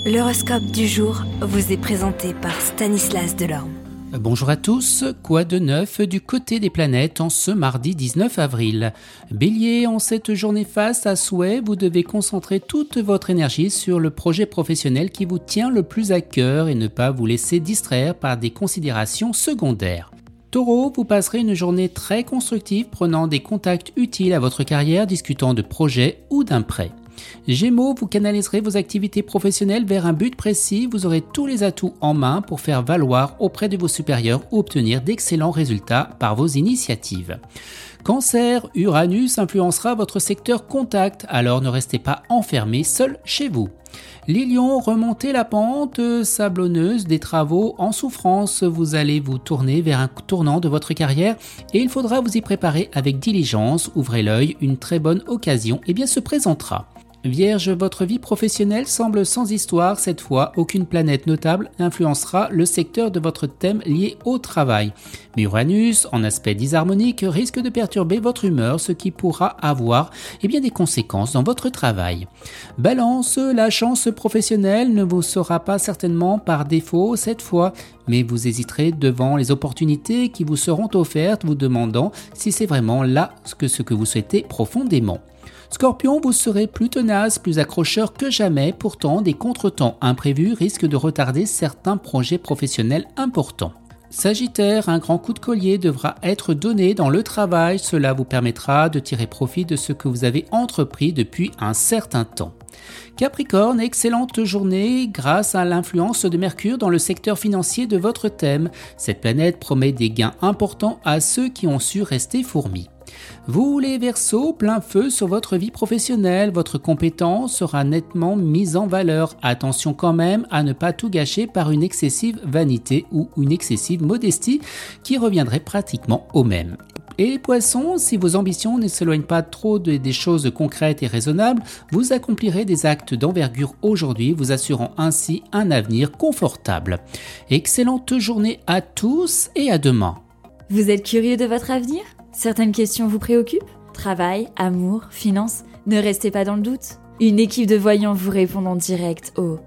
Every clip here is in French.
L'horoscope du jour vous est présenté par Stanislas Delorme. Bonjour à tous, quoi de neuf du côté des planètes en ce mardi 19 avril? Bélier, en cette journée face à souhait, vous devez concentrer toute votre énergie sur le projet professionnel qui vous tient le plus à cœur et ne pas vous laisser distraire par des considérations secondaires. Taureau, vous passerez une journée très constructive prenant des contacts utiles à votre carrière, discutant de projets ou d'un prêt. Gémeaux, vous canaliserez vos activités professionnelles vers un but précis, vous aurez tous les atouts en main pour faire valoir auprès de vos supérieurs ou obtenir d'excellents résultats par vos initiatives. Cancer, Uranus influencera votre secteur contact, alors ne restez pas enfermé seul chez vous. Les lions, remontez la pente sablonneuse des travaux en souffrance, vous allez vous tourner vers un tournant de votre carrière et il faudra vous y préparer avec diligence, ouvrez l'œil, une très bonne occasion se présentera. Vierge, votre vie professionnelle semble sans histoire cette fois, aucune planète notable n'influencera le secteur de votre thème lié au travail. Mais Uranus, en aspect disharmonique, risque de perturber votre humeur, ce qui pourra avoir des conséquences dans votre travail. Balance, la chance professionnelle ne vous sera pas certainement par défaut cette fois, mais vous hésiterez devant les opportunités qui vous seront offertes, vous demandant si c'est vraiment là ce que vous souhaitez profondément. Scorpion, vous serez plus tenace, plus accrocheur que jamais, pourtant des contretemps imprévus risquent de retarder certains projets professionnels importants. Sagittaire, un grand coup de collier devra être donné dans le travail, cela vous permettra de tirer profit de ce que vous avez entrepris depuis un certain temps. Capricorne, excellente journée grâce à l'influence de Mercure dans le secteur financier de votre thème. Cette planète promet des gains importants à ceux qui ont su rester fourmis. Vous les Verseaux, plein feu sur votre vie professionnelle, votre compétence sera nettement mise en valeur. Attention quand même à ne pas tout gâcher par une excessive vanité ou une excessive modestie qui reviendrait pratiquement au même. Et les Poissons, si vos ambitions ne s'éloignent pas trop des choses concrètes et raisonnables, vous accomplirez des actes d'envergure aujourd'hui, vous assurant ainsi un avenir confortable. Excellente journée à tous et à demain. Vous êtes curieux de votre avenir ? Certaines questions vous préoccupent ? Travail, amour, finances ? Ne restez pas dans le doute. Une équipe de voyants vous répond en direct au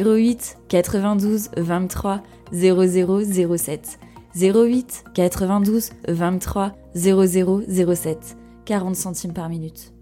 08 92 23 0007. 08 92 23 0007. 40 centimes par minute.